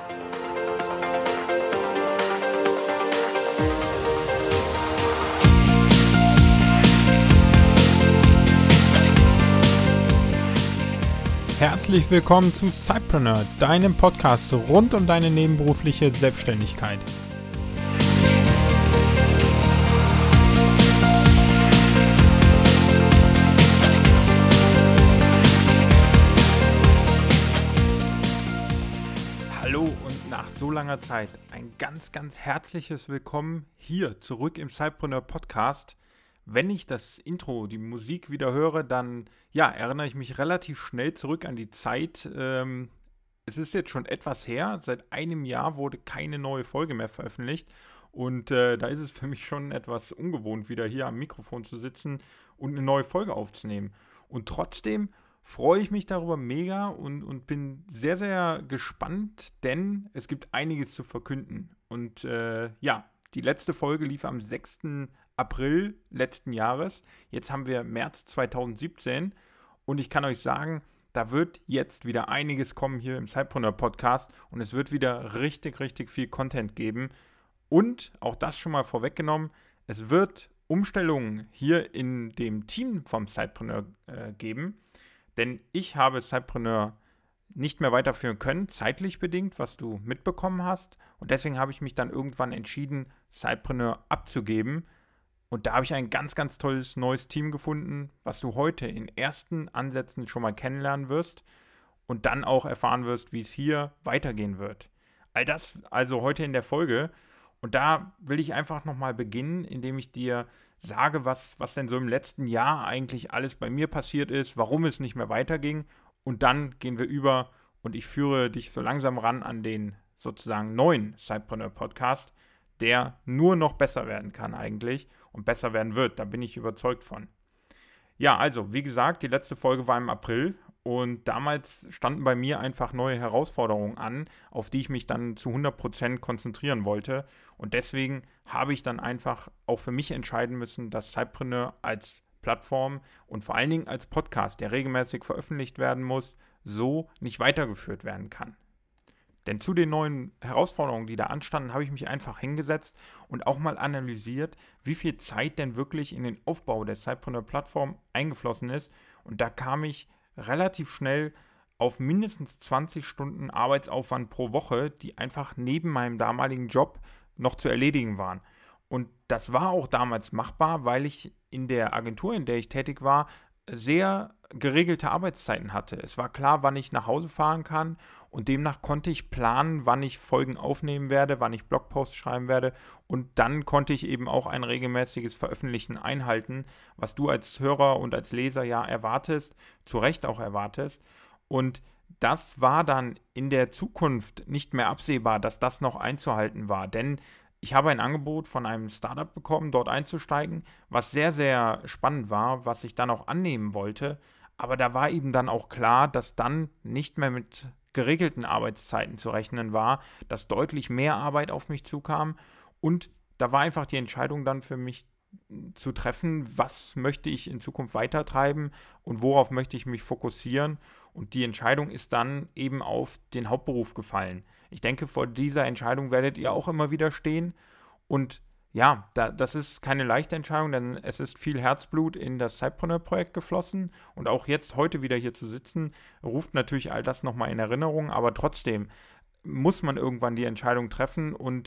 Herzlich willkommen zu Sidepreneur, deinem Podcast rund um deine nebenberufliche Selbstständigkeit. Hallo und nach so langer Zeit ein ganz herzliches Willkommen hier zurück im Sidepreneur Podcast. Wenn ich das Intro, die Musik wieder höre, dann erinnere ich mich relativ schnell zurück an die Zeit. Es ist jetzt schon etwas her, seit einem Jahr wurde keine neue Folge mehr veröffentlicht und da ist es für mich schon etwas ungewohnt, wieder hier am Mikrofon zu sitzen und eine neue Folge aufzunehmen. Und trotzdem freue ich mich darüber mega und bin sehr gespannt, denn es gibt einiges zu verkünden. Und die letzte Folge lief am 6. April letzten Jahres. Jetzt haben wir März 2017 und ich kann euch sagen, da wird jetzt wieder einiges kommen hier im Sidepreneur Podcast und es wird wieder richtig viel Content geben. Und auch das schon mal vorweggenommen, es wird Umstellungen hier in dem Team vom Sidepreneur geben, denn ich habe Sidepreneur nicht mehr weiterführen können, zeitlich bedingt, was du mitbekommen hast. Und deswegen habe ich mich dann irgendwann entschieden, Sidepreneur abzugeben. Und da habe ich ein ganz tolles neues Team gefunden, was du heute in ersten Ansätzen schon mal kennenlernen wirst und dann auch erfahren wirst, wie es hier weitergehen wird. All das also heute in der Folge. Und da will ich einfach nochmal beginnen, indem ich dir sage, was denn so im letzten Jahr eigentlich alles bei mir passiert ist, warum es nicht mehr weiterging. Und dann gehen wir über und ich führe dich so langsam ran an den sozusagen neuen Sidepreneur Podcast, der nur noch besser werden kann eigentlich und besser werden wird. Da bin ich überzeugt von. Ja, also wie gesagt, die letzte Folge war im April und damals standen bei mir einfach neue Herausforderungen an, auf die ich mich dann zu 100% konzentrieren wollte. Und deswegen habe ich dann einfach auch für mich entscheiden müssen, dass Sidepreneur als Plattform und vor allen Dingen als Podcast, der regelmäßig veröffentlicht werden muss, so nicht weitergeführt werden kann. Denn zu den neuen Herausforderungen, die da anstanden, habe ich mich einfach hingesetzt und auch mal analysiert, wie viel Zeit denn wirklich in den Aufbau der Sidepreneur-Plattform eingeflossen ist. Und da kam ich relativ schnell auf mindestens 20 Stunden Arbeitsaufwand pro Woche, die einfach neben meinem damaligen Job noch zu erledigen waren. Und das war auch damals machbar, weil ich in der Agentur, in der ich tätig war, sehr geregelte Arbeitszeiten hatte. Es war klar, wann ich nach Hause fahren kann und demnach konnte ich planen, wann ich Folgen aufnehmen werde, wann ich Blogposts schreiben werde und dann konnte ich eben auch ein regelmäßiges Veröffentlichen einhalten, was du als Hörer und als Leser ja erwartest, zu Recht auch erwartest. Und das war dann in der Zukunft nicht mehr absehbar, dass das noch einzuhalten war, denn ich habe ein Angebot von einem Startup bekommen, dort einzusteigen, was sehr spannend war, was ich dann auch annehmen wollte. Aber da war eben dann auch klar, dass dann nicht mehr mit geregelten Arbeitszeiten zu rechnen war, dass deutlich mehr Arbeit auf mich zukam. Und da war einfach die Entscheidung dann für mich zu treffen, was möchte ich in Zukunft weitertreiben und worauf möchte ich mich fokussieren. Und die Entscheidung ist dann eben auf den Hauptberuf gefallen. Ich denke, vor dieser Entscheidung werdet ihr auch immer wieder stehen. Und ja, das ist keine leichte Entscheidung, denn es ist viel Herzblut in das Sidepreneur-Projekt geflossen. Und auch jetzt heute wieder hier zu sitzen, ruft natürlich all das nochmal in Erinnerung. Aber trotzdem muss man irgendwann die Entscheidung treffen und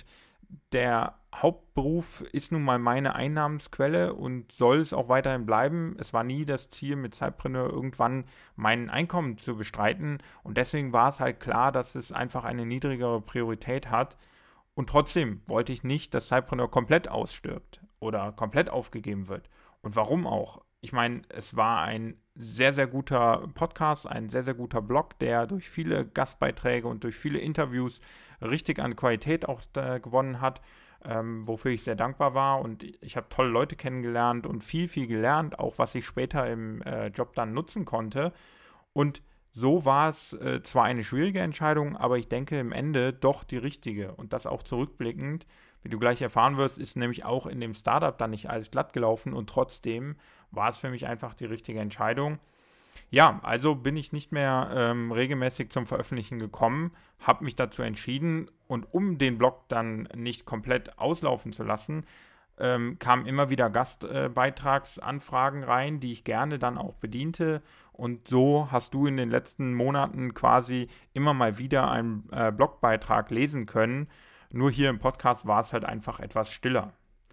der Hauptberuf ist nun mal meine Einnahmensquelle und soll es auch weiterhin bleiben. Es war nie das Ziel, mit Sidepreneur irgendwann mein Einkommen zu bestreiten und deswegen war es halt klar, dass es einfach eine niedrigere Priorität hat und trotzdem wollte ich nicht, dass Sidepreneur komplett ausstirbt oder komplett aufgegeben wird. Und warum auch? Ich meine, es war ein sehr guter Podcast, ein sehr guter Blog, der durch viele Gastbeiträge und durch viele Interviews richtig an Qualität auch gewonnen hat, wofür ich sehr dankbar war. Und ich habe tolle Leute kennengelernt und viel gelernt, auch was ich später im Job dann nutzen konnte. Und so war es zwar eine schwierige Entscheidung, aber ich denke im Ende doch die richtige. Und das auch zurückblickend, wie du gleich erfahren wirst, ist nämlich auch in dem Startup dann nicht alles glatt gelaufen und trotzdem war es für mich einfach die richtige Entscheidung. Ja, also bin ich nicht mehr regelmäßig zum Veröffentlichen gekommen, habe mich dazu entschieden und um den Blog dann nicht komplett auslaufen zu lassen, kamen immer wieder Gastbeitragsanfragen rein, die ich gerne dann auch bediente. Und so hast du in den letzten Monaten quasi immer mal wieder einen Blogbeitrag lesen können. Nur hier im Podcast war es halt einfach etwas stiller.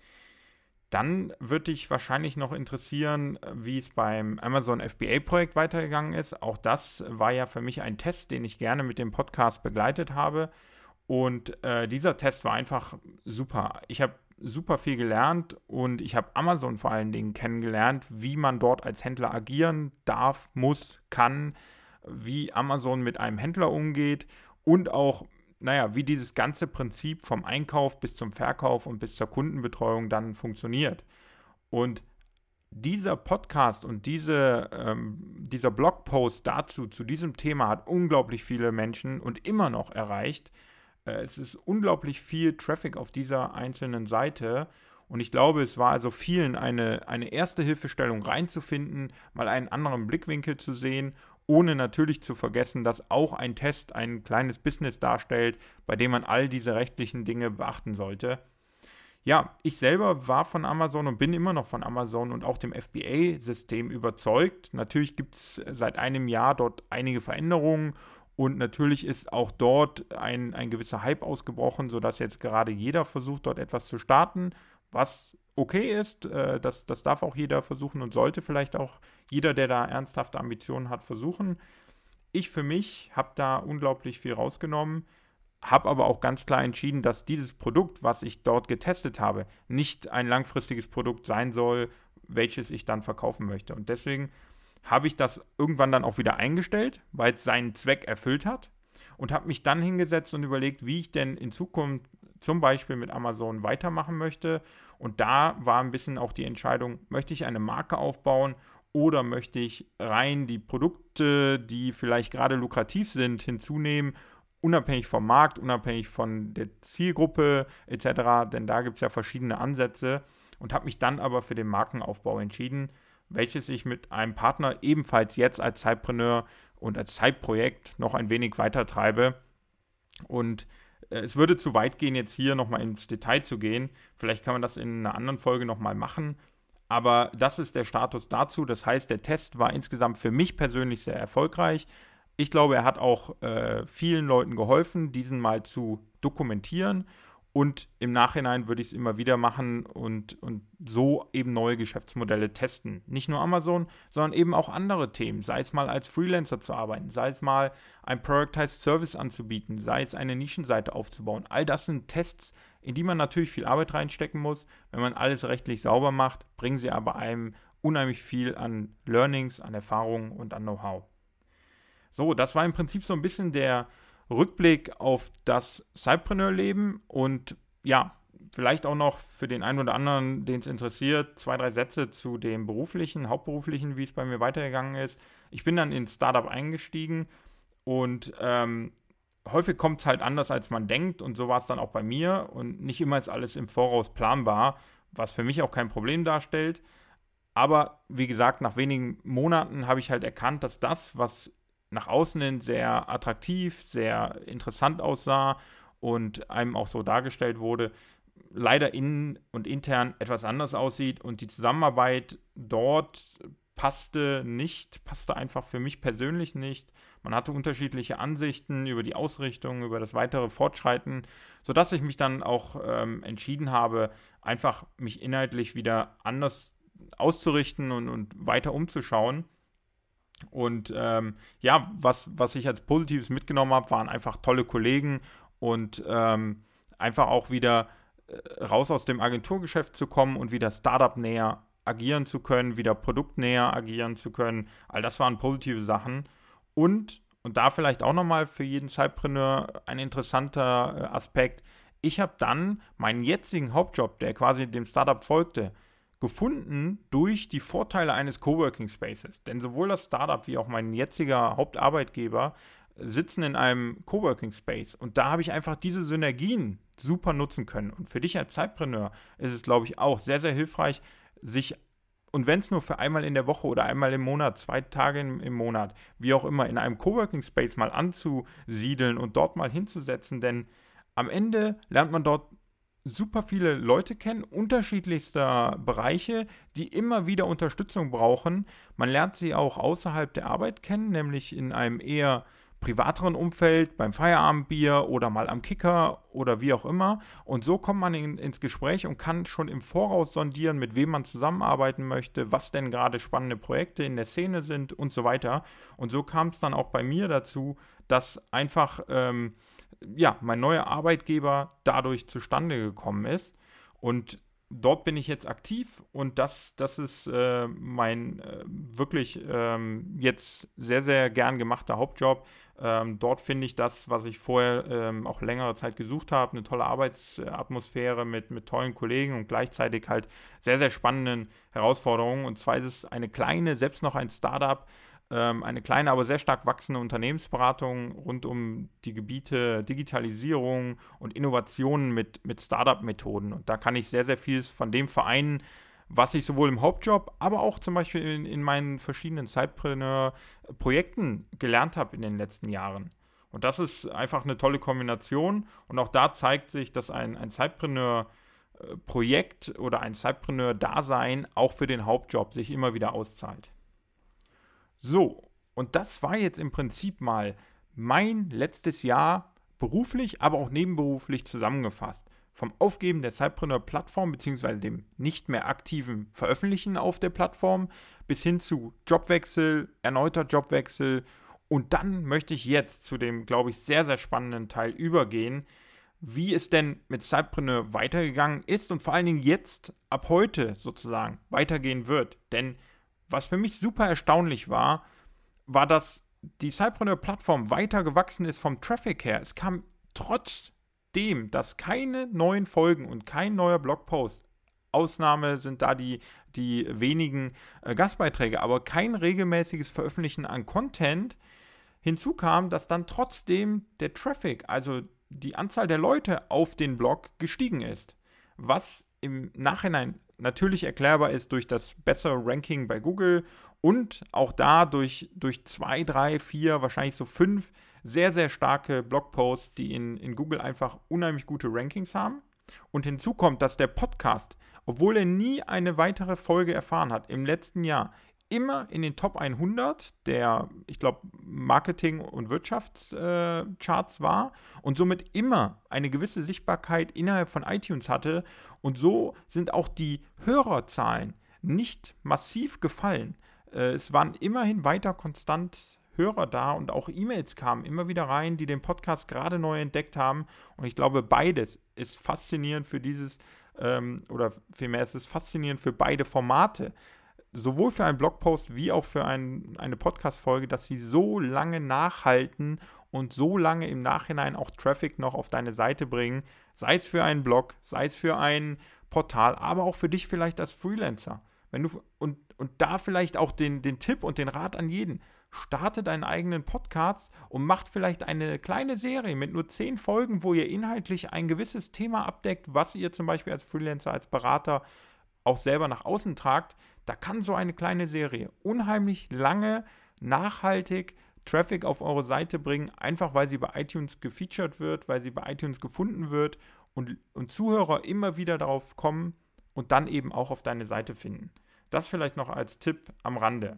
Dann würde dich wahrscheinlich noch interessieren, wie es beim Amazon FBA-Projekt weitergegangen ist. Auch das war ja für mich ein Test, den ich gerne mit dem Podcast begleitet habe. Und dieser Test war einfach super. Ich habe super viel gelernt und ich habe Amazon vor allen Dingen kennengelernt, wie man dort als Händler agieren darf, muss, kann, wie Amazon mit einem Händler umgeht und auch, naja, wie dieses ganze Prinzip vom Einkauf bis zum Verkauf und bis zur Kundenbetreuung dann funktioniert. Und dieser Podcast und dieser Blogpost dazu, zu diesem Thema, hat unglaublich viele Menschen und immer noch erreicht. Es ist unglaublich viel Traffic auf dieser einzelnen Seite. Und ich glaube, es war also vielen eine erste Hilfestellung reinzufinden, mal einen anderen Blickwinkel zu sehen, ohne natürlich zu vergessen, dass auch ein Test ein kleines Business darstellt, bei dem man all diese rechtlichen Dinge beachten sollte. Ja, ich selber war von Amazon und bin immer noch von Amazon und auch dem FBA-System überzeugt. Natürlich gibt es seit einem Jahr dort einige Veränderungen und natürlich ist auch dort ein gewisser Hype ausgebrochen, sodass jetzt gerade jeder versucht, dort etwas zu starten, was okay ist. Das darf auch jeder versuchen und sollte vielleicht auch jeder, der da ernsthafte Ambitionen hat, versuchen. Ich für mich habe da unglaublich viel rausgenommen, habe aber auch ganz klar entschieden, dass dieses Produkt, was ich dort getestet habe, nicht ein langfristiges Produkt sein soll, welches ich dann verkaufen möchte. Und deswegen habe ich das irgendwann dann auch wieder eingestellt, weil es seinen Zweck erfüllt hat und habe mich dann hingesetzt und überlegt, wie ich denn in Zukunft zum Beispiel mit Amazon weitermachen möchte. Und da war ein bisschen auch die Entscheidung, möchte ich eine Marke aufbauen oder möchte ich rein die Produkte, die vielleicht gerade lukrativ sind, hinzunehmen, unabhängig vom Markt, unabhängig von der Zielgruppe etc., denn da gibt es ja verschiedene Ansätze und habe mich dann aber für den Markenaufbau entschieden, welches ich mit einem Partner ebenfalls jetzt als Zeitpreneur und als Zeitprojekt noch ein wenig weiter treibe. Und es würde zu weit gehen, jetzt hier nochmal ins Detail zu gehen. Vielleicht kann man das in einer anderen Folge nochmal machen. Aber das ist der Status dazu. Das heißt, der Test war insgesamt für mich persönlich sehr erfolgreich. Ich glaube, er hat auch vielen Leuten geholfen, diesen mal zu dokumentieren. Und im Nachhinein würde ich es immer wieder machen und so eben neue Geschäftsmodelle testen. Nicht nur Amazon, sondern eben auch andere Themen. Sei es mal als Freelancer zu arbeiten, sei es mal ein Productized Service anzubieten, sei es eine Nischenseite aufzubauen. All das sind Tests, in die man natürlich viel Arbeit reinstecken muss. Wenn man alles rechtlich sauber macht, bringen sie aber einem unheimlich viel an Learnings, an Erfahrungen und an Know-how. So, das war im Prinzip so ein bisschen der Rückblick auf das Cypreneur-Leben und ja, vielleicht auch noch für den einen oder anderen, den es interessiert, 2, 3 Sätze zu dem beruflichen, hauptberuflichen, wie es bei mir weitergegangen ist. Ich bin dann ins Startup eingestiegen und häufig kommt es halt anders, als man denkt und so war es dann auch bei mir und nicht immer ist alles im Voraus planbar, was für mich auch kein Problem darstellt. Aber wie gesagt, nach wenigen Monaten habe ich halt erkannt, dass das, was nach außen hin sehr attraktiv, sehr interessant aussah und einem auch so dargestellt wurde, leider innen und intern etwas anders aussieht und die Zusammenarbeit dort passte einfach für mich persönlich nicht. Man hatte unterschiedliche Ansichten über die Ausrichtung, über das weitere Fortschreiten, sodass ich mich dann auch entschieden habe, einfach mich inhaltlich wieder anders auszurichten und weiter umzuschauen. Und ja, was ich als Positives mitgenommen habe, waren einfach tolle Kollegen und einfach auch wieder raus aus dem Agenturgeschäft zu kommen und wieder Startup näher agieren zu können, wieder produktnäher agieren zu können. All das waren positive Sachen. Und da vielleicht auch nochmal für jeden Zeitpreneur ein interessanter Aspekt. Ich habe dann meinen jetzigen Hauptjob, der quasi dem Startup folgte, gefunden durch die Vorteile eines Coworking Spaces. Denn sowohl das Startup wie auch mein jetziger Hauptarbeitgeber sitzen in einem Coworking Space. Und da habe ich einfach diese Synergien super nutzen können. Und für dich als Zeitpreneur ist es, glaube ich, auch sehr, sehr hilfreich, sich Und wenn es nur für einmal in der Woche oder einmal im Monat, 2 Tage im Monat, wie auch immer, in einem Coworking Space mal anzusiedeln und dort mal hinzusetzen, denn am Ende lernt man dort super viele Leute kennen, unterschiedlichster Bereiche, die immer wieder Unterstützung brauchen. Man lernt sie auch außerhalb der Arbeit kennen, nämlich in einem eher privateren Umfeld, beim Feierabendbier oder mal am Kicker oder wie auch immer. Und so kommt man ins Gespräch und kann schon im Voraus sondieren, mit wem man zusammenarbeiten möchte, was denn gerade spannende Projekte in der Szene sind und so weiter. Und so kam es dann auch bei mir dazu, dass einfach mein neuer Arbeitgeber dadurch zustande gekommen ist. Und dort bin ich jetzt aktiv und das ist mein wirklich jetzt sehr, sehr gern gemachter Hauptjob. Dort finde ich das, was ich vorher auch längere Zeit gesucht habe, eine tolle Arbeitsatmosphäre mit tollen Kollegen und gleichzeitig halt sehr, sehr spannenden Herausforderungen. Und zwar ist es eine kleine, selbst noch ein Startup, eine kleine, aber sehr stark wachsende Unternehmensberatung rund um die Gebiete Digitalisierung und Innovationen mit Startup-Methoden. Und da kann ich sehr, sehr viel von dem vereinen, was ich sowohl im Hauptjob, aber auch zum Beispiel in meinen verschiedenen Sidepreneur-Projekten gelernt habe in den letzten Jahren. Und das ist einfach eine tolle Kombination. Und auch da zeigt sich, dass ein Sidepreneur-Projekt oder ein Sidepreneur-Dasein auch für den Hauptjob sich immer wieder auszahlt. So, und das war jetzt im Prinzip mal mein letztes Jahr beruflich, aber auch nebenberuflich zusammengefasst. Vom Aufgeben der Sidepreneur-Plattform bzw. dem nicht mehr aktiven Veröffentlichen auf der Plattform bis hin zu Jobwechsel, erneuter Jobwechsel. Und dann möchte ich jetzt zu dem, glaube ich, sehr, sehr spannenden Teil übergehen, wie es denn mit Sidepreneur weitergegangen ist und vor allen Dingen jetzt, ab heute sozusagen, weitergehen wird. Denn was für mich super erstaunlich war, dass die Sidepreneur-Plattform weiter gewachsen ist vom Traffic her. Es kam trotzdem, dass keine neuen Folgen und kein neuer Blogpost, Ausnahme sind da die wenigen Gastbeiträge, aber kein regelmäßiges Veröffentlichen an Content, hinzukam, dass dann trotzdem der Traffic, also die Anzahl der Leute auf den Blog gestiegen ist. Was im Nachhinein natürlich erklärbar ist durch das bessere Ranking bei Google und auch da durch 2, 3, 4, wahrscheinlich so 5 sehr, sehr starke Blogposts, die in Google einfach unheimlich gute Rankings haben. Und hinzu kommt, dass der Podcast, obwohl er nie eine weitere Folge erfahren hat, im letzten Jahr immer in den Top 100 der, ich glaube, Marketing- und Wirtschaftscharts war und somit immer eine gewisse Sichtbarkeit innerhalb von iTunes hatte. Und so sind auch die Hörerzahlen nicht massiv gefallen. Es waren immerhin weiter konstant Hörer da und auch E-Mails kamen immer wieder rein, die den Podcast gerade neu entdeckt haben. Und ich glaube, beides ist faszinierend für dieses, oder vielmehr ist es faszinierend für beide Formate. Sowohl für einen Blogpost wie auch für eine Podcast-Folge, dass sie so lange nachhalten und so lange im Nachhinein auch Traffic noch auf deine Seite bringen, sei es für einen Blog, sei es für ein Portal, aber auch für dich vielleicht als Freelancer. Wenn du, und da vielleicht auch den Tipp und den Rat an jeden, starte deinen eigenen Podcast und macht vielleicht eine kleine Serie mit nur 10 Folgen, wo ihr inhaltlich ein gewisses Thema abdeckt, was ihr zum Beispiel als Freelancer, als Berater auch selber nach außen tragt. Da kann so eine kleine Serie unheimlich lange, nachhaltig Traffic auf eure Seite bringen, einfach weil sie bei iTunes gefeatured wird, weil sie bei iTunes gefunden wird und Zuhörer immer wieder darauf kommen und dann eben auch auf deine Seite finden. Das vielleicht noch als Tipp am Rande.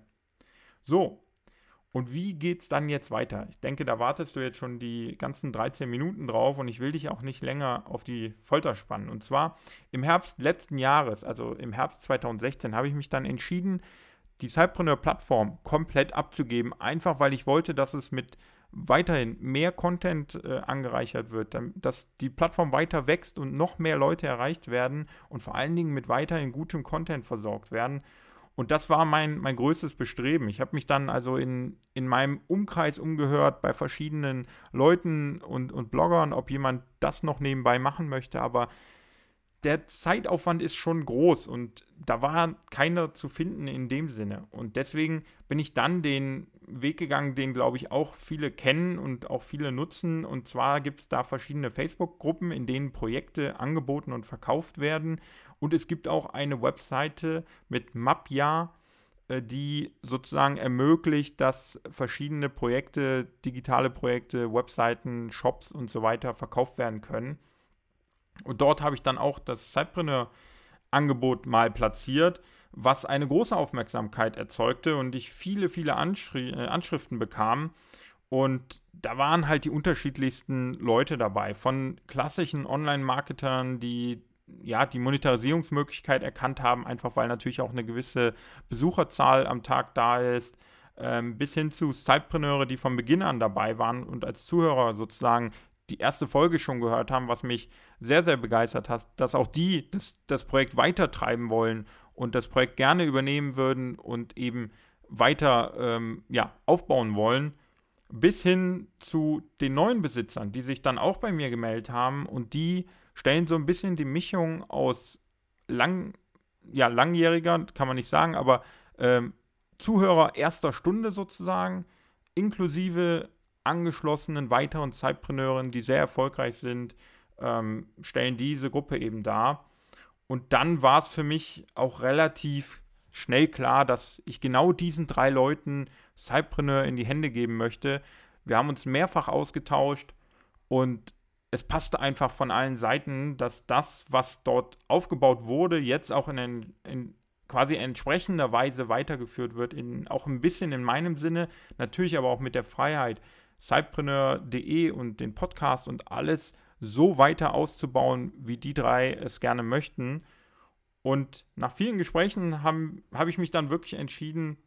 So, und wie geht es dann jetzt weiter? Ich denke, da wartest du jetzt schon die ganzen 13 Minuten drauf und ich will dich auch nicht länger auf die Folter spannen. Und zwar im Herbst letzten Jahres, also im Herbst 2016, habe ich mich dann entschieden, die Sidepreneur-Plattform komplett abzugeben, einfach weil ich wollte, dass es mit weiterhin mehr Content angereichert wird, dass die Plattform weiter wächst und noch mehr Leute erreicht werden und vor allen Dingen mit weiterhin gutem Content versorgt werden. Und das war mein größtes Bestreben. Ich habe mich dann also in meinem Umkreis umgehört bei verschiedenen Leuten und Bloggern, ob jemand das noch nebenbei machen möchte. Aber der Zeitaufwand ist schon groß und da war keiner zu finden in dem Sinne. Und deswegen bin ich dann den Weg gegangen, den, glaube ich, auch viele kennen und auch viele nutzen. Und zwar gibt es da verschiedene Facebook-Gruppen, in denen Projekte angeboten und verkauft werden. Und es gibt auch eine Webseite mit Mapja, die sozusagen ermöglicht, dass verschiedene Projekte, digitale Projekte, Webseiten, Shops und so weiter verkauft werden können. Und dort habe ich dann auch das Cypreneur-Angebot mal platziert, was eine große Aufmerksamkeit erzeugte und ich viele Anschriften bekam. Und da waren halt die unterschiedlichsten Leute dabei, von klassischen Online-Marketern, die die Monetarisierungsmöglichkeit erkannt haben, einfach weil natürlich auch eine gewisse Besucherzahl am Tag da ist, bis hin zu Cypreneure, die von Beginn an dabei waren und als Zuhörer sozusagen die erste Folge schon gehört haben, was mich sehr, sehr begeistert hat, dass auch die das Projekt weitertreiben wollen und das Projekt gerne übernehmen würden und eben weiter aufbauen wollen, bis hin zu den neuen Besitzern, die sich dann auch bei mir gemeldet haben und die stellen so ein bisschen die Mischung aus langjähriger, kann man nicht sagen, aber Zuhörer erster Stunde sozusagen, inklusive angeschlossenen weiteren Cypreneuren, die sehr erfolgreich sind, stellen diese Gruppe eben dar. Und dann war es für mich auch relativ schnell klar, dass ich genau diesen 3 Leuten Cypreneur in die Hände geben möchte. Wir haben uns mehrfach ausgetauscht und es passte einfach von allen Seiten, dass das, was dort aufgebaut wurde, jetzt auch in quasi entsprechender Weise weitergeführt wird, auch ein bisschen in meinem Sinne, natürlich aber auch mit der Freiheit, Cypreneur.de und den Podcast und alles so weiter auszubauen, wie die 3 es gerne möchten. Und nach vielen Gesprächen habe ich mich dann wirklich entschieden,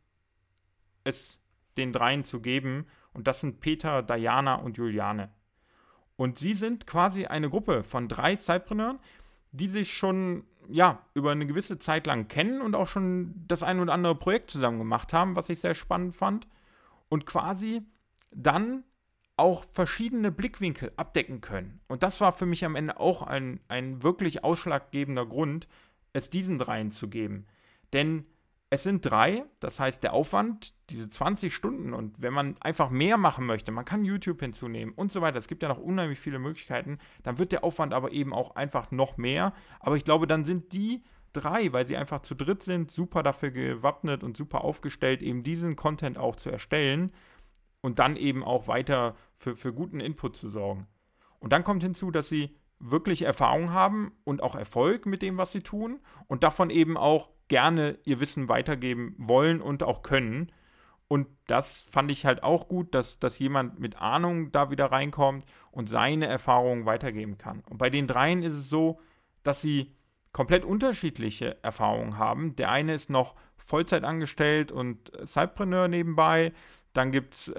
es den 3 zu geben. Und das sind Peter, Diana und Juliane. Und sie sind quasi eine Gruppe von 3 Cypreneuren, die sich schon über eine gewisse Zeit lang kennen und auch schon das ein oder andere Projekt zusammen gemacht haben, was ich sehr spannend fand. Und quasi dann auch verschiedene Blickwinkel abdecken können. Und das war für mich am Ende auch ein wirklich ausschlaggebender Grund, es diesen 3 zu geben. Denn es sind 3, das heißt der Aufwand, diese 20 Stunden und wenn man einfach mehr machen möchte, man kann YouTube hinzunehmen und so weiter, es gibt ja noch unheimlich viele Möglichkeiten, dann wird der Aufwand aber eben auch einfach noch mehr. Aber ich glaube, dann sind die 3, weil sie einfach zu dritt sind, super dafür gewappnet und super aufgestellt, eben diesen Content auch zu erstellen und dann eben auch weiter für guten Input zu sorgen. Und dann kommt hinzu, dass sie wirklich Erfahrung haben und auch Erfolg mit dem, was sie tun und davon eben auch gerne ihr Wissen weitergeben wollen und auch können. Und das fand ich halt auch gut, dass jemand mit Ahnung da wieder reinkommt und seine Erfahrungen weitergeben kann. Und bei den 3 ist es so, dass sie komplett unterschiedliche Erfahrungen haben. Der eine ist noch Vollzeit angestellt und Cypreneur nebenbei. Dann gibt es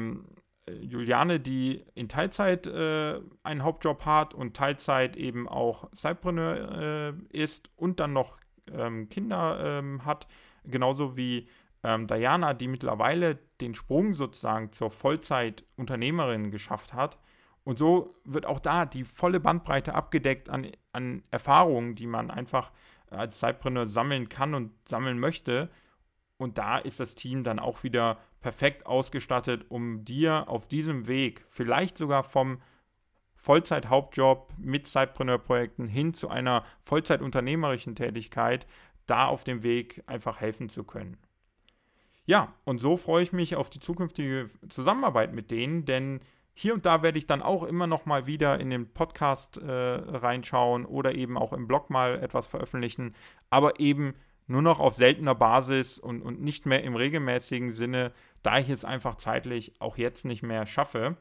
Juliane, die in Teilzeit einen Hauptjob hat und Teilzeit eben auch Cypreneur ist und dann noch Kinder hat, genauso wie Diana, die mittlerweile den Sprung sozusagen zur Vollzeit-Unternehmerin geschafft hat. Und so wird auch da die volle Bandbreite abgedeckt an Erfahrungen, die man einfach als Cypreneur sammeln kann und sammeln möchte. Und da ist das Team dann auch wieder perfekt ausgestattet, um dir auf diesem Weg, vielleicht sogar vom Vollzeit-Hauptjob mit Cypreneur-Projekten hin zu einer Vollzeit-unternehmerischen Tätigkeit, da auf dem Weg einfach helfen zu können. Ja, und so freue ich mich auf die zukünftige Zusammenarbeit mit denen, denn hier und da werde ich dann auch immer noch mal wieder in den Podcast reinschauen oder eben auch im Blog mal etwas veröffentlichen, aber eben nur noch auf seltener Basis und nicht mehr im regelmäßigen Sinne, da ich es einfach zeitlich auch jetzt nicht mehr schaffe.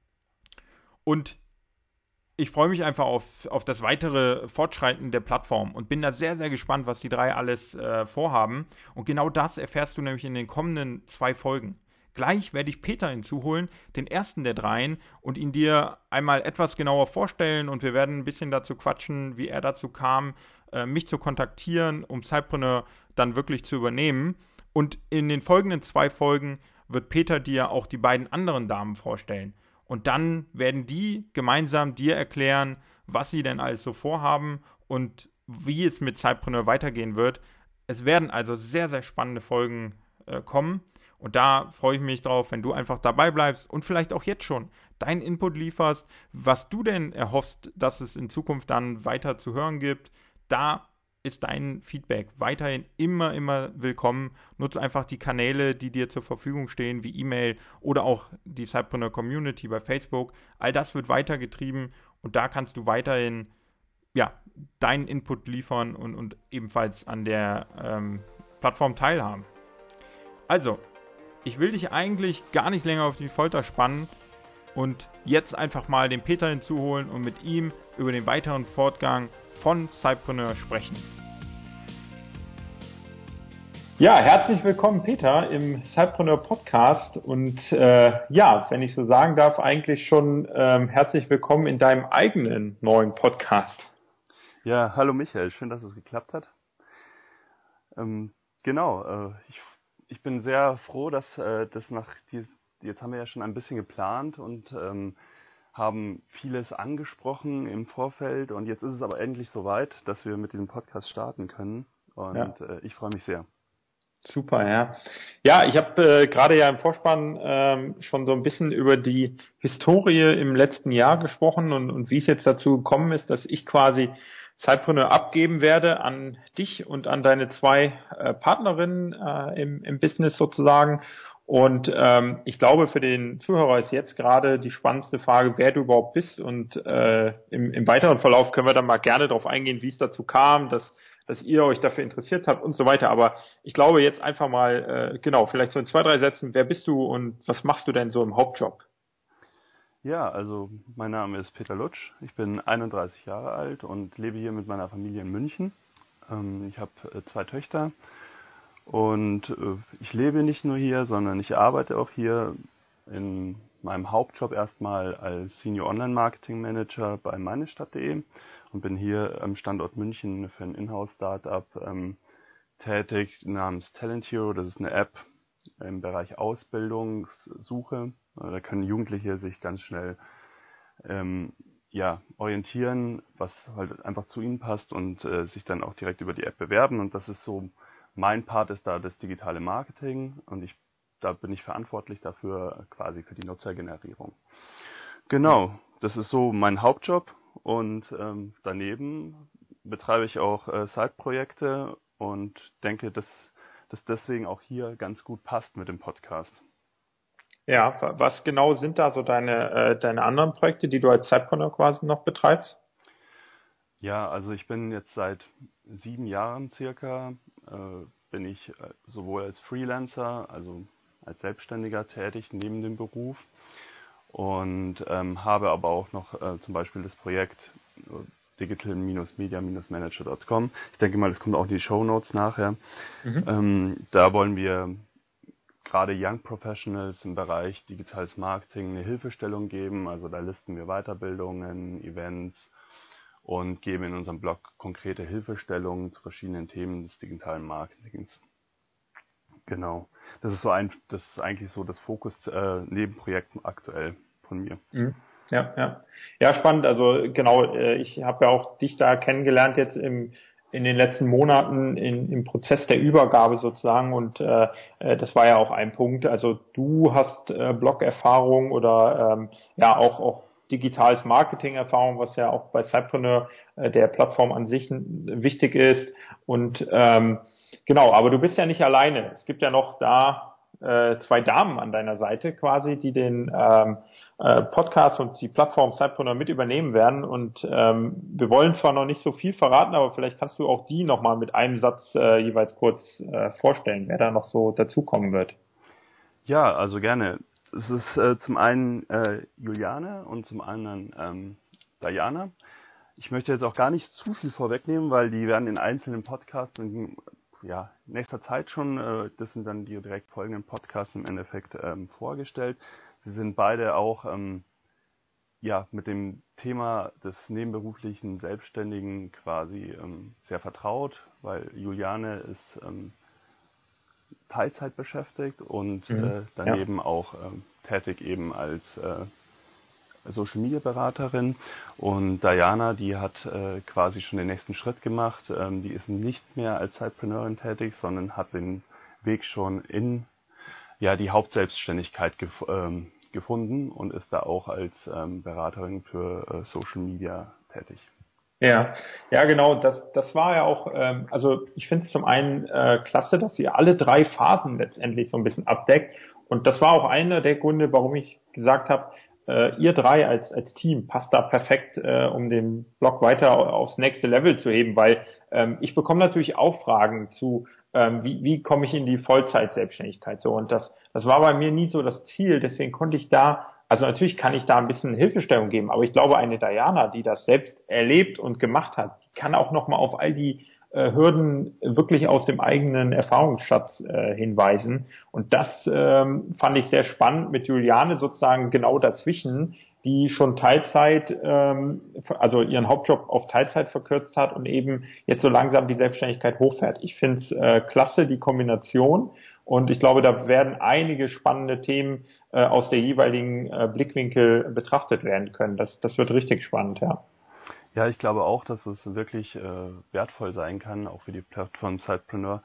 Und ich freue mich einfach auf das weitere Fortschreiten der Plattform und bin da sehr, sehr gespannt, was die 3 alles vorhaben. Und genau das erfährst du nämlich in den kommenden 2 Folgen. Gleich werde ich Peter hinzuholen, den ersten der 3, und ihn dir einmal etwas genauer vorstellen. Und wir werden ein bisschen dazu quatschen, wie er dazu kam, mich zu kontaktieren, um Cypreneur dann wirklich zu übernehmen. Und in den folgenden 2 Folgen wird Peter dir auch die beiden anderen Damen vorstellen. Und dann werden die gemeinsam dir erklären, was sie denn alles so vorhaben und wie es mit Cypreneur weitergehen wird. Es werden also sehr, sehr spannende Folgen kommen. Und da freue ich mich drauf, wenn du einfach dabei bleibst und vielleicht auch jetzt schon deinen Input lieferst, was du denn erhoffst, dass es in Zukunft dann weiter zu hören gibt. Da ist dein Feedback weiterhin immer willkommen. Nutze einfach die Kanäle, die dir zur Verfügung stehen, wie E-Mail oder auch die Cypreneur Community bei Facebook. All das wird weitergetrieben und da kannst du weiterhin deinen Input liefern und ebenfalls an der Plattform teilhaben. Also, ich will dich eigentlich gar nicht länger auf die Folter spannen und jetzt einfach mal den Peter hinzuholen und mit ihm über den weiteren Fortgang von Cypreneur sprechen. Ja, herzlich willkommen, Peter, im Cypreneur Podcast und wenn ich so sagen darf, eigentlich schon herzlich willkommen in deinem eigenen neuen Podcast. Ja, hallo Michael, schön, dass es geklappt hat. Ich bin sehr froh, dass jetzt haben wir ja schon ein bisschen geplant und haben vieles angesprochen im Vorfeld und jetzt ist es aber endlich soweit, dass wir mit diesem Podcast starten können und ich freue mich sehr. Super, ja. Ja, ich habe gerade ja im Vorspann schon so ein bisschen über die Historie im letzten Jahr gesprochen und wie es jetzt dazu gekommen ist, dass ich quasi Cypreneur abgeben werde an dich und an deine zwei Partnerinnen im Business sozusagen. Und ich glaube, für den Zuhörer ist jetzt gerade die spannendste Frage, wer du überhaupt bist. Und im weiteren Verlauf können wir dann mal gerne darauf eingehen, wie es dazu kam, dass ihr euch dafür interessiert habt und so weiter. Aber ich glaube jetzt einfach mal, vielleicht so in 2, 3 Sätzen, wer bist du und was machst du denn so im Hauptjob? Ja, also mein Name ist Peter Lutsch, ich bin 31 Jahre alt und lebe hier mit meiner Familie in München. Ich habe 2 Töchter und ich lebe nicht nur hier, sondern ich arbeite auch hier in meinem Hauptjob erstmal als Senior Online Marketing Manager bei meinestadt.de und bin hier am Standort München für ein Inhouse-Startup tätig namens Talent Hero. Das ist eine App im Bereich Ausbildungssuche. Da können Jugendliche sich ganz schnell orientieren, was halt einfach zu ihnen passt und sich dann auch direkt über die App bewerben. Und das ist so, mein Part ist da das digitale Marketing und da bin ich verantwortlich dafür, quasi für die Nutzergenerierung. Genau, das ist so mein Hauptjob und daneben betreibe ich auch Side-Projekte und denke, dass das deswegen auch hier ganz gut passt mit dem Podcast. Ja, was genau sind da so deine anderen Projekte, die du als Cypreneur quasi noch betreibst? Ja, also ich bin jetzt seit 7 Jahren circa, bin ich sowohl als Freelancer, also als Selbstständiger tätig neben dem Beruf und habe aber auch noch zum Beispiel das Projekt digital-media-manager.com. Ich denke mal, das kommt auch in die Shownotes nachher. Da wollen wir gerade Young Professionals im Bereich digitales Marketing eine Hilfestellung geben. Also da listen wir Weiterbildungen, Events und geben in unserem Blog konkrete Hilfestellungen zu verschiedenen Themen des digitalen Marketings. Genau. Das ist eigentlich so das Fokus-Nebenprojekt aktuell von mir. Ja, spannend. Also genau, ich habe ja auch dich da kennengelernt jetzt in den letzten Monaten im Prozess der Übergabe sozusagen und das war ja auch ein Punkt. Also du hast Blog-Erfahrung oder auch digitales Marketing-Erfahrung, was ja auch bei Cypreneur der Plattform an sich wichtig ist und genau, aber du bist ja nicht alleine. Es gibt ja noch da 2 Damen an deiner Seite quasi, die den Podcast und die Plattform Cypreneur mit übernehmen werden und wir wollen zwar noch nicht so viel verraten, aber vielleicht kannst du auch die nochmal mit einem Satz jeweils kurz vorstellen, wer da noch so dazukommen wird. Ja, also gerne. Es ist zum einen Juliane und zum anderen Diana. Ich möchte jetzt auch gar nicht zu viel vorwegnehmen, weil die werden in einzelnen Podcasts in nächster Zeit schon, das sind dann die direkt folgenden Podcasts im Endeffekt vorgestellt. Sie sind beide auch mit dem Thema des nebenberuflichen Selbstständigen quasi sehr vertraut, weil Juliane ist Teilzeit beschäftigt und daneben auch tätig eben als Social Media Beraterin, und Diana, die hat quasi schon den nächsten Schritt gemacht. Die ist nicht mehr als Sidepreneurin tätig, sondern hat den Weg schon in die Hauptselbstständigkeit gefunden und ist da auch als Beraterin für Social Media tätig. Ja, ja, genau. Das war ja auch, also ich finde es zum einen klasse, dass ihr alle 3 Phasen letztendlich so ein bisschen abdeckt. Und das war auch einer der Gründe, warum ich gesagt habe, ihr 3 als Team passt da perfekt, um den Blog weiter aufs nächste Level zu heben, weil ich bekomme natürlich auch Fragen zu, wie komme ich in die Vollzeit-Selbstständigkeit so. Und das war bei mir nie so das Ziel. Deswegen konnte ich da, also natürlich kann ich da ein bisschen Hilfestellung geben, aber ich glaube, eine Diana, die das selbst erlebt und gemacht hat, die kann auch nochmal auf all die Hürden wirklich aus dem eigenen Erfahrungsschatz hinweisen. Und das fand ich sehr spannend mit Juliane sozusagen genau dazwischen, die schon Teilzeit, also ihren Hauptjob auf Teilzeit verkürzt hat und eben jetzt so langsam die Selbstständigkeit hochfährt. Ich finde es klasse, die Kombination. Und ich glaube, da werden einige spannende Themen aus der jeweiligen Blickwinkel betrachtet werden können. Das wird richtig spannend, ja. Ja, ich glaube auch, dass es wirklich wertvoll sein kann, auch für die Plattform Sidepreneur.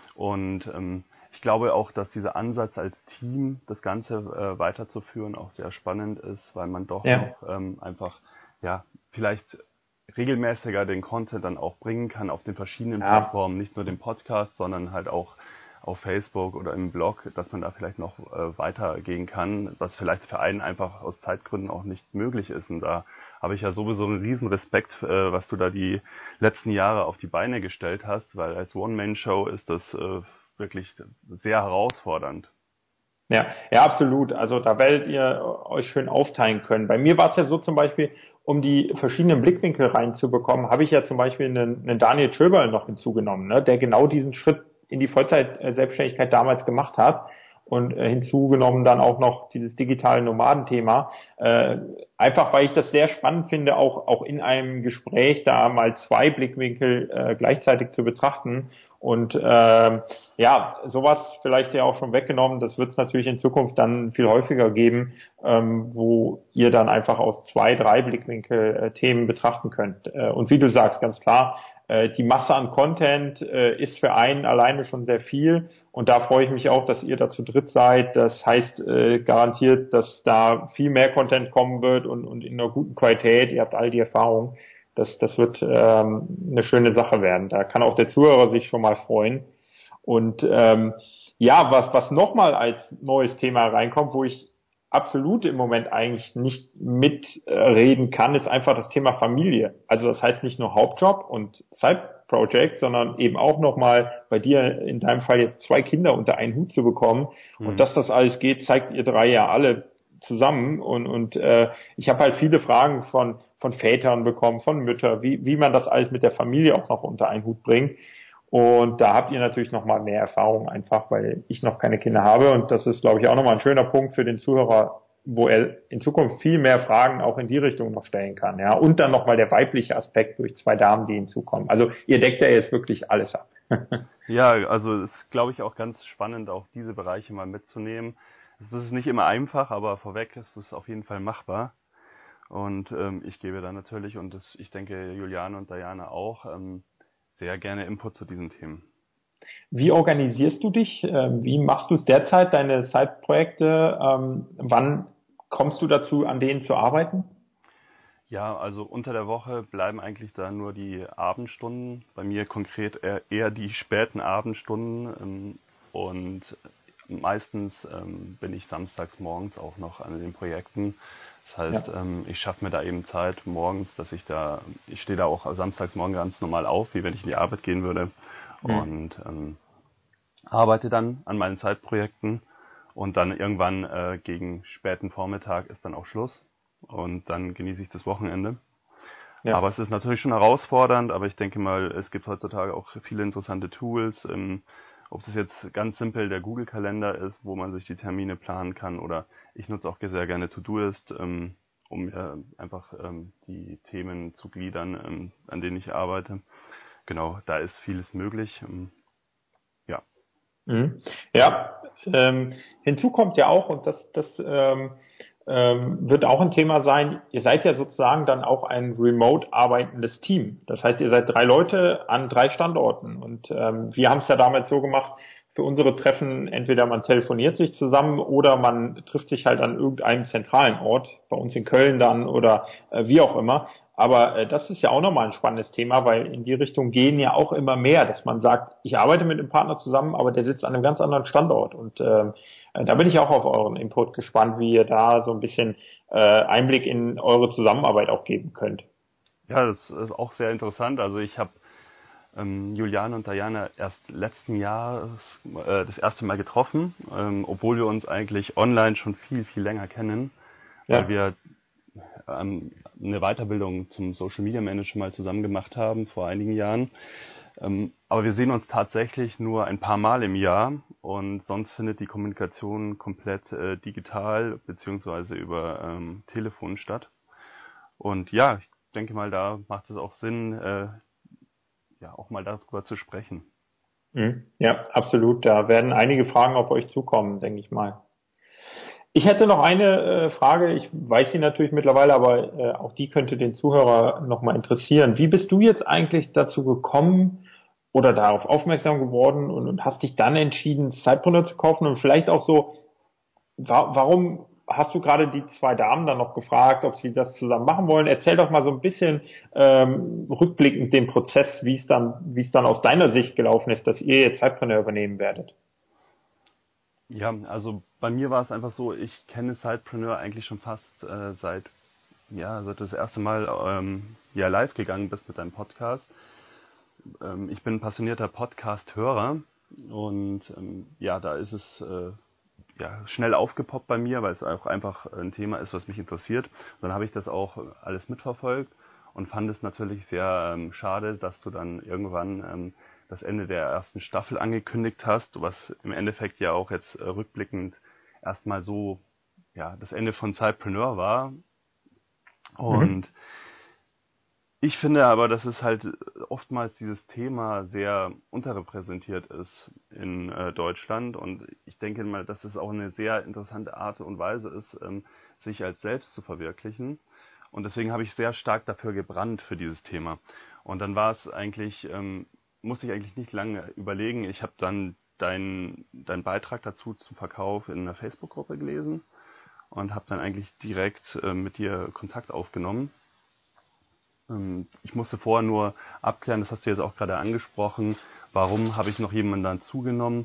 Und ich glaube auch, dass dieser Ansatz als Team, das Ganze weiterzuführen, auch sehr spannend ist, weil man doch noch einfach vielleicht regelmäßiger den Content dann auch bringen kann auf den verschiedenen Plattformen, nicht nur den Podcast, sondern halt auch auf Facebook oder im Blog, dass man da vielleicht noch weitergehen kann, was vielleicht für einen einfach aus Zeitgründen auch nicht möglich ist. Und da habe ich ja sowieso einen riesen Respekt, was du da die letzten Jahre auf die Beine gestellt hast, weil als One-Man-Show ist das wirklich sehr herausfordernd. Ja, absolut. Also da werdet ihr euch schön aufteilen können. Bei mir war es ja so zum Beispiel, um die verschiedenen Blickwinkel reinzubekommen, habe ich ja zum Beispiel einen Daniel Schöberl noch hinzugenommen, ne, der genau diesen Schritt in die Vollzeit-Selbstständigkeit damals gemacht hat. Und hinzugenommen dann auch noch dieses digitale Nomadenthema. Einfach weil ich das sehr spannend finde, auch in einem Gespräch da mal 2 Blickwinkel gleichzeitig zu betrachten. Und sowas vielleicht ja auch schon weggenommen. Das wird es natürlich in Zukunft dann viel häufiger geben, wo ihr dann einfach aus 2, 3 Blickwinkel Themen betrachten könnt. Und wie du sagst, ganz klar, die Masse an Content ist für einen alleine schon sehr viel, und da freue ich mich auch, dass ihr da zu dritt seid. Das heißt garantiert, dass da viel mehr Content kommen wird und in einer guten Qualität. Ihr habt all die Erfahrung. Das wird eine schöne Sache werden. Da kann auch der Zuhörer sich schon mal freuen. Und was nochmal als neues Thema reinkommt, wo ich absolut im Moment eigentlich nicht mitreden kann, ist einfach das Thema Familie. Also das heißt nicht nur Hauptjob und Side-Project, sondern eben auch nochmal bei dir in deinem Fall jetzt 2 Kinder unter einen Hut zu bekommen. Und dass das alles geht, zeigt ihr 3 ja alle zusammen. Und ich habe halt viele Fragen von Vätern bekommen, von Müttern, wie man das alles mit der Familie auch noch unter einen Hut bringt. Und da habt ihr natürlich noch mal mehr Erfahrung einfach, weil ich noch keine Kinder habe. Und das ist, glaube ich, auch nochmal ein schöner Punkt für den Zuhörer, wo er in Zukunft viel mehr Fragen auch in die Richtung noch stellen kann. Ja, und dann nochmal der weibliche Aspekt durch 2 Damen, die hinzukommen. Also ihr deckt ja jetzt wirklich alles ab. Ja, also es ist, glaube ich, auch ganz spannend, auch diese Bereiche mal mitzunehmen. Es ist nicht immer einfach, aber vorweg ist es auf jeden Fall machbar. Und ich gebe da natürlich, und ich denke Juliane und Diana auch, sehr gerne Input zu diesen Themen. Wie organisierst du dich? Wie machst du es derzeit, deine Side-Projekte? Wann kommst du dazu, an denen zu arbeiten? Ja, also unter der Woche bleiben eigentlich da nur die Abendstunden. Bei mir konkret eher die späten Abendstunden. Und meistens bin ich samstags morgens auch noch an den Projekten. Das heißt, ich schaffe mir da eben Zeit morgens, dass ich stehe da auch samstags morgen ganz normal auf, wie wenn ich in die Arbeit gehen würde, und arbeite dann an meinen Zeitprojekten, und dann irgendwann gegen späten Vormittag ist dann auch Schluss, und dann genieße ich das Wochenende. Ja. Aber es ist natürlich schon herausfordernd, aber ich denke mal, es gibt heutzutage auch viele interessante Tools, ob es jetzt ganz simpel der Google-Kalender ist, wo man sich die Termine planen kann, oder ich nutze auch sehr gerne To-Doist, um einfach die Themen zu gliedern, an denen ich arbeite. Genau, da ist vieles möglich. Ja. Ja, hinzu kommt ja auch, und das wird auch ein Thema sein. Ihr seid ja sozusagen dann auch ein remote arbeitendes Team. Das heißt, ihr seid 3 Leute an 3 Standorten. Und wir haben es ja damals so gemacht, für unsere Treffen, entweder man telefoniert sich zusammen oder man trifft sich halt an irgendeinem zentralen Ort, bei uns in Köln dann oder wie auch immer. Aber das ist ja auch nochmal ein spannendes Thema, weil in die Richtung gehen ja auch immer mehr, dass man sagt, ich arbeite mit einem Partner zusammen, aber der sitzt an einem ganz anderen Standort. Und da bin ich auch auf euren Input gespannt, wie ihr da so ein bisschen Einblick in eure Zusammenarbeit auch geben könnt. Ja, das ist auch sehr interessant. Also ich habe Juliane und Diana erst letzten Jahr das erste Mal getroffen, obwohl wir uns eigentlich online schon viel, viel länger kennen, weil wir eine Weiterbildung zum Social Media Manager mal zusammen gemacht haben vor einigen Jahren. Aber wir sehen uns tatsächlich nur ein paar Mal im Jahr und sonst findet die Kommunikation komplett digital beziehungsweise über Telefon statt. Und ja, ich denke mal, da macht es auch Sinn, auch mal darüber zu sprechen. Ja, absolut. Da werden einige Fragen auf euch zukommen, denke ich mal. Ich hätte noch eine Frage. Ich weiß sie natürlich mittlerweile, aber auch die könnte den Zuhörer nochmal interessieren. Wie bist du jetzt eigentlich dazu gekommen oder darauf aufmerksam geworden und hast dich dann entschieden, Sidepreneur zu kaufen? Und vielleicht auch so, warum hast du gerade die 2 Damen dann noch gefragt, ob sie das zusammen machen wollen? Erzähl doch mal so ein bisschen rückblickend den Prozess, wie es dann aus deiner Sicht gelaufen ist, dass ihr jetzt Sidepreneur übernehmen werdet. Ja, also bei mir war es einfach so, ich kenne Sidepreneur eigentlich schon fast seit du das erste Mal live gegangen bist mit deinem Podcast. Ich bin ein passionierter Podcast-Hörer und da ist es schnell aufgepoppt bei mir, weil es auch einfach ein Thema ist, was mich interessiert. Und dann habe ich das auch alles mitverfolgt und fand es natürlich sehr schade, dass du dann irgendwann das Ende der ersten Staffel angekündigt hast, was im Endeffekt ja auch jetzt rückblickend erstmal so das Ende von Sidepreneur war. Und ich finde aber, dass es halt oftmals dieses Thema sehr unterrepräsentiert ist in Deutschland und ich denke mal, dass es auch eine sehr interessante Art und Weise ist, sich als selbst zu verwirklichen und deswegen habe ich sehr stark dafür gebrannt für dieses Thema und dann war es eigentlich, musste ich eigentlich nicht lange überlegen, ich habe dann deinen Beitrag dazu zum Verkauf in einer Facebook-Gruppe gelesen und habe dann eigentlich direkt mit dir Kontakt aufgenommen. Ich musste vorher nur abklären, das hast du jetzt auch gerade angesprochen, warum habe ich noch jemanden dann zugenommen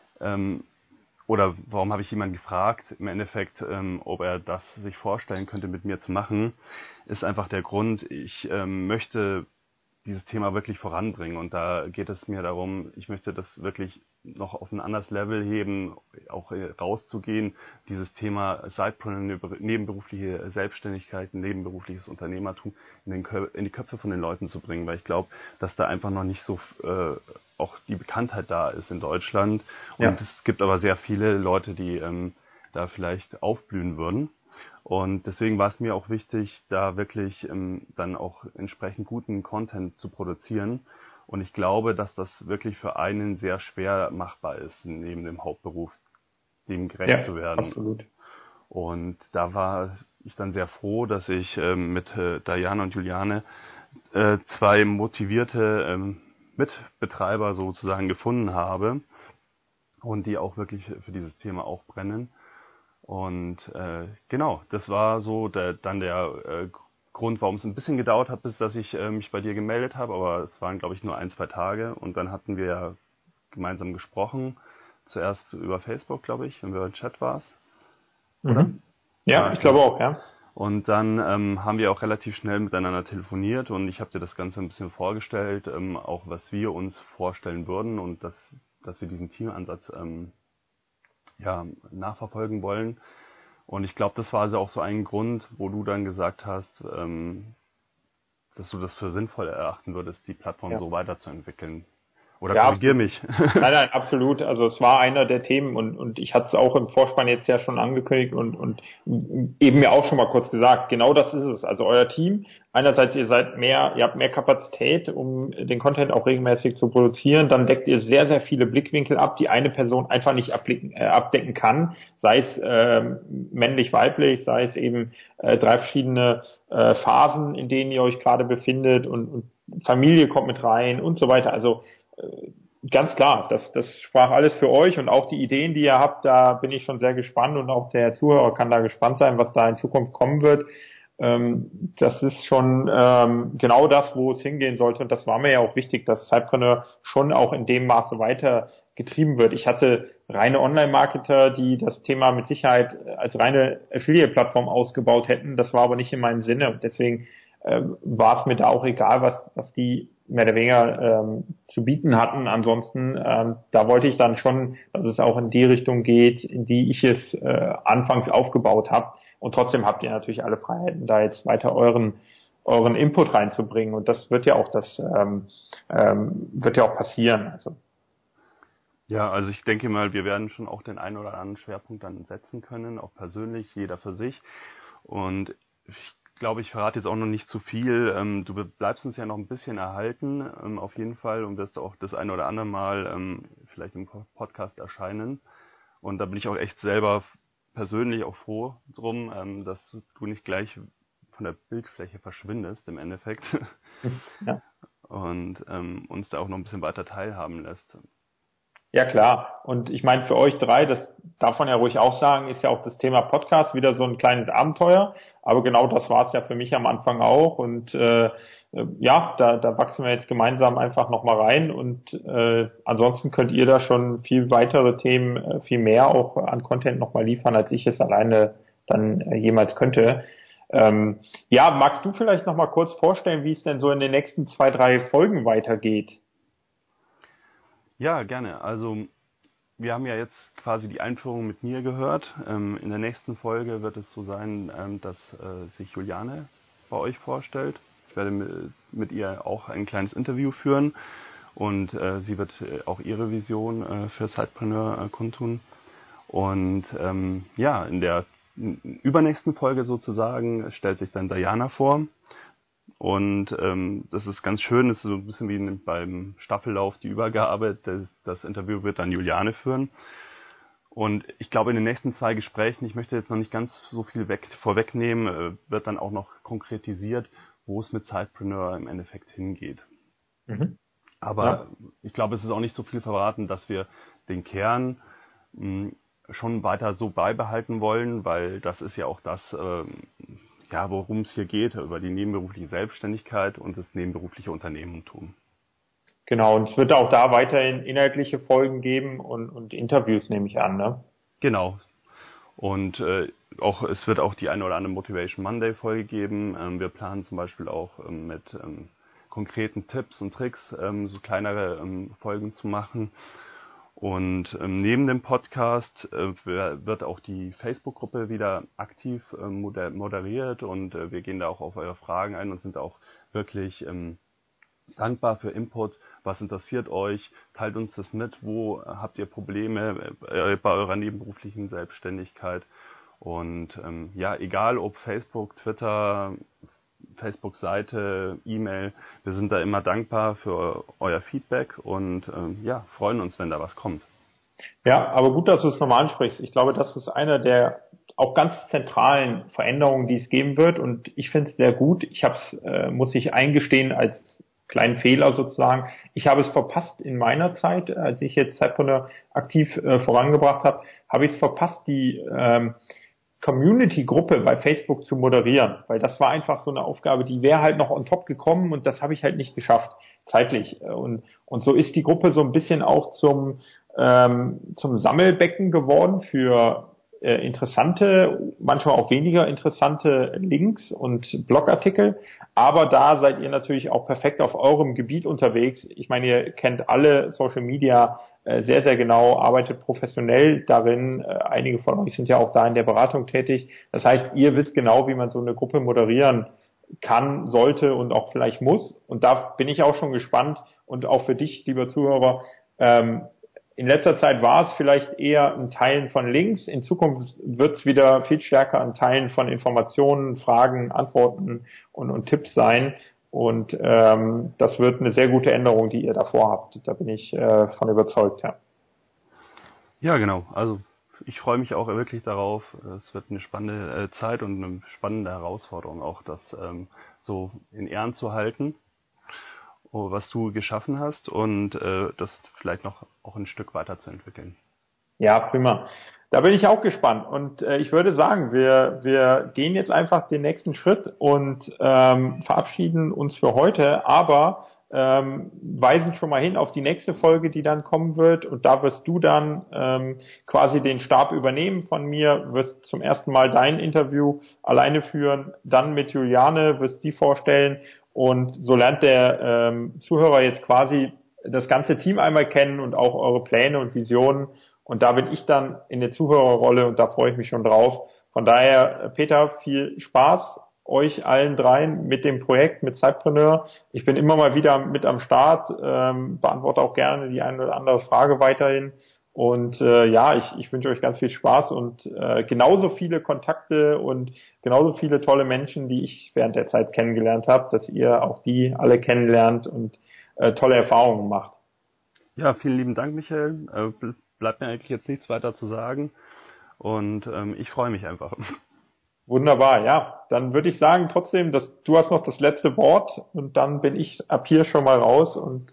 oder warum habe ich jemanden gefragt, im Endeffekt, ob er das sich vorstellen könnte, mit mir zu machen, ist einfach der Grund, ich möchte dieses Thema wirklich voranbringen und da geht es mir darum, ich möchte das wirklich noch auf ein anderes Level heben, auch rauszugehen, dieses Thema Sidepreneur, nebenberufliche Selbstständigkeit, nebenberufliches Unternehmertum in die Köpfe von den Leuten zu bringen, weil ich glaube, dass da einfach noch nicht so auch die Bekanntheit da ist in Deutschland und es gibt aber sehr viele Leute, die da vielleicht aufblühen würden. Und deswegen war es mir auch wichtig, da wirklich dann auch entsprechend guten Content zu produzieren. Und ich glaube, dass das wirklich für einen sehr schwer machbar ist, neben dem Hauptberuf, dem gerecht zu werden. Absolut. Und da war ich dann sehr froh, dass ich mit Diana und Juliane 2 motivierte Mitbetreiber sozusagen gefunden habe und die auch wirklich für dieses Thema auch brennen. Und genau, das war so der Grund, warum es ein bisschen gedauert hat, bis dass ich mich bei dir gemeldet habe, aber es waren, glaube ich, nur 1-2 Tage und dann hatten wir ja gemeinsam gesprochen, zuerst über Facebook, glaube ich, wenn wir im Chat warst. Oder? Ja, ich glaube auch, ja. Und dann haben wir auch relativ schnell miteinander telefoniert und ich habe dir das Ganze ein bisschen vorgestellt, auch was wir uns vorstellen würden und dass wir diesen Teamansatz nachverfolgen wollen. Und ich glaube, das war also auch so ein Grund, wo du dann gesagt hast, dass du das für sinnvoll erachten würdest, die Plattform so weiterzuentwickeln. Oder korrigier mich. Nein, absolut. Also es war einer der Themen und ich hatte es auch im Vorspann jetzt ja schon angekündigt und eben mir auch schon mal kurz gesagt, genau das ist es. Also euer Team, einerseits ihr habt mehr Kapazität, um den Content auch regelmäßig zu produzieren, dann deckt ihr sehr, sehr viele Blickwinkel ab, die eine Person einfach nicht abdecken kann, sei es männlich, weiblich, sei es eben 3 verschiedene Phasen, in denen ihr euch gerade befindet und Familie kommt mit rein und so weiter. Also ganz klar, das sprach alles für euch und auch die Ideen, die ihr habt, da bin ich schon sehr gespannt und auch der Zuhörer kann da gespannt sein, was da in Zukunft kommen wird. Das ist schon genau das, wo es hingehen sollte und das war mir ja auch wichtig, dass Cypreneur schon auch in dem Maße weiter getrieben wird. Ich hatte reine Online-Marketer, die das Thema mit Sicherheit als reine Affiliate-Plattform ausgebaut hätten. Das war aber nicht in meinem Sinne und deswegen war es mir da auch egal, was die mehr oder weniger zu bieten hatten. Ansonsten, da wollte ich dann schon, dass es auch in die Richtung geht, in die ich es anfangs aufgebaut habe. Und trotzdem habt ihr natürlich alle Freiheiten, da jetzt weiter euren Input reinzubringen. Und das wird ja auch passieren. Also. Ja, also ich denke mal, wir werden schon auch den einen oder anderen Schwerpunkt dann setzen können, auch persönlich, jeder für sich. Und ich glaube, ich verrate jetzt auch noch nicht zu viel. Du bleibst uns ja noch ein bisschen erhalten, auf jeden Fall, und wirst auch das eine oder andere Mal vielleicht im Podcast erscheinen. Und da bin ich auch echt selber persönlich auch froh drum, dass du nicht gleich von der Bildfläche verschwindest im Endeffekt. Ja. Und uns da auch noch ein bisschen weiter teilhaben lässt. Ja klar, und ich meine für euch 3, das darf man ja ruhig auch sagen, ist ja auch das Thema Podcast wieder so ein kleines Abenteuer, aber genau das war es ja für mich am Anfang auch und da wachsen wir jetzt gemeinsam einfach nochmal rein und ansonsten könnt ihr da schon viel weitere Themen, viel mehr auch an Content nochmal liefern, als ich es alleine dann jemals könnte. Magst du vielleicht nochmal kurz vorstellen, wie es denn so in den nächsten 2, 3 Folgen weitergeht? Ja, gerne. Also wir haben ja jetzt quasi die Einführung mit mir gehört. In der nächsten Folge wird es so sein, dass sich Juliane bei euch vorstellt. Ich werde mit ihr auch ein kleines Interview führen und sie wird auch ihre Vision für Cypreneur kundtun. Und in der übernächsten Folge sozusagen stellt sich dann Diana vor. Und das ist ganz schön, das ist so ein bisschen wie beim Staffellauf die Übergabe. Das Interview wird dann Juliane führen. Und ich glaube, in den nächsten 2 Gesprächen, ich möchte jetzt noch nicht ganz so viel vorwegnehmen, wird dann auch noch konkretisiert, wo es mit Cypreneur im Endeffekt hingeht. Mhm. Aber ich glaube, es ist auch nicht so viel verraten, dass wir den Kern schon weiter so beibehalten wollen, weil das ist ja auch das, worum es hier geht, über die nebenberufliche Selbstständigkeit und das nebenberufliche Unternehmertum. Genau, und es wird auch da weiterhin inhaltliche Folgen geben und Interviews, nehme ich an, ne? Genau. Und es wird auch die eine oder andere Motivation Monday Folge geben. Wir planen zum Beispiel auch mit konkreten Tipps und Tricks so kleinere Folgen zu machen. Und neben dem Podcast wird auch die Facebook-Gruppe wieder aktiv moderiert und wir gehen da auch auf eure Fragen ein und sind auch wirklich dankbar für Input. Was interessiert euch? Teilt uns das mit. Wo habt ihr Probleme bei eurer nebenberuflichen Selbstständigkeit? Und egal ob Facebook, Twitter, Facebook-Seite, E-Mail. Wir sind da immer dankbar für euer Feedback und freuen uns, wenn da was kommt. Ja, aber gut, dass du es nochmal ansprichst. Ich glaube, das ist eine der auch ganz zentralen Veränderungen, die es geben wird und ich finde es sehr gut. Ich habe es, muss ich eingestehen, als kleinen Fehler sozusagen. Ich habe es verpasst in meiner Zeit, als ich jetzt Cypreneur aktiv vorangebracht habe, habe ich es verpasst, die Community-Gruppe bei Facebook zu moderieren, weil das war einfach so eine Aufgabe, die wäre halt noch on top gekommen und das habe ich halt nicht geschafft, zeitlich. Und so ist die Gruppe so ein bisschen auch zum Sammelbecken geworden für interessante, manchmal auch weniger interessante Links und Blogartikel. Aber da seid ihr natürlich auch perfekt auf eurem Gebiet unterwegs. Ich meine, ihr kennt alle Social Media sehr, sehr genau, arbeitet professionell darin. Einige von euch sind ja auch da in der Beratung tätig. Das heißt, ihr wisst genau, wie man so eine Gruppe moderieren kann, sollte und auch vielleicht muss. Und da bin ich auch schon gespannt und auch für dich, lieber Zuhörer, in letzter Zeit war es vielleicht eher ein Teilen von Links. In Zukunft wird es wieder viel stärker ein Teilen von Informationen, Fragen, Antworten und Tipps sein. Und das wird eine sehr gute Änderung, die ihr davor habt. Da bin ich von überzeugt. Ja. Ja, genau. Also ich freue mich auch wirklich darauf. Es wird eine spannende Zeit und eine spannende Herausforderung, auch das so in Ehren zu halten, was du geschaffen hast und das vielleicht noch auch ein Stück weiterzuentwickeln. Ja, prima. Da bin ich auch gespannt und ich würde sagen, wir gehen jetzt einfach den nächsten Schritt und verabschieden uns für heute, aber weisen schon mal hin auf die nächste Folge, die dann kommen wird und da wirst du dann quasi den Stab übernehmen von mir, wirst zum ersten Mal dein Interview alleine führen, dann mit Juliane, wirst die vorstellen und so lernt der Zuhörer jetzt quasi das ganze Team einmal kennen und auch eure Pläne und Visionen. Und da bin ich dann in der Zuhörerrolle und da freue ich mich schon drauf. Von daher, Peter, viel Spaß euch allen dreien mit dem Projekt, mit Zeitpreneur. Ich bin immer mal wieder mit am Start, beantworte auch gerne die eine oder andere Frage weiterhin. Und ich wünsche euch ganz viel Spaß und genauso viele Kontakte und genauso viele tolle Menschen, die ich während der Zeit kennengelernt habe, dass ihr auch die alle kennenlernt und tolle Erfahrungen macht. Ja, vielen lieben Dank, Michael. Bleibt mir eigentlich jetzt nichts weiter zu sagen und ich freue mich einfach. Wunderbar, ja. Dann würde ich sagen trotzdem, dass du hast noch das letzte Wort und dann bin ich ab hier schon mal raus und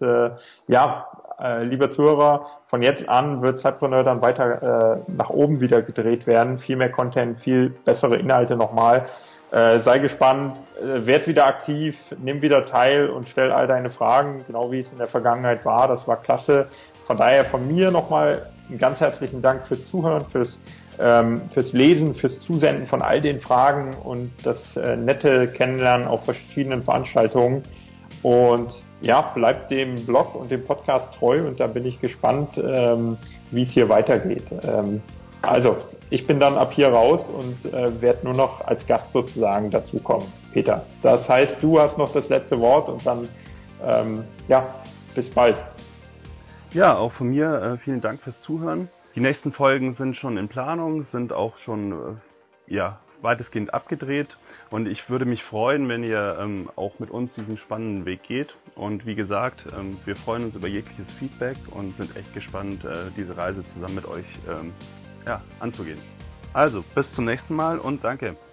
lieber Zuhörer, von jetzt an wird Zeitpreneur dann weiter nach oben wieder gedreht werden. Viel mehr Content, viel bessere Inhalte nochmal. Sei gespannt, werd wieder aktiv, nimm wieder teil und stell all deine Fragen, genau wie es in der Vergangenheit war. Das war klasse. Von daher von mir nochmal einen ganz herzlichen Dank fürs Zuhören, fürs Lesen, fürs Zusenden von all den Fragen und das nette Kennenlernen auf verschiedenen Veranstaltungen. Und ja, bleibt dem Blog und dem Podcast treu und da bin ich gespannt, wie es hier weitergeht. Also, ich bin dann ab hier raus und werde nur noch als Gast sozusagen dazukommen. Peter, das heißt, du hast noch das letzte Wort und dann, bis bald. Ja, auch von mir vielen Dank fürs Zuhören. Die nächsten Folgen sind schon in Planung, sind auch schon weitestgehend abgedreht und ich würde mich freuen, wenn ihr auch mit uns diesen spannenden Weg geht. Und wie gesagt, wir freuen uns über jegliches Feedback und sind echt gespannt, diese Reise zusammen mit euch anzugehen. Also, bis zum nächsten Mal und danke.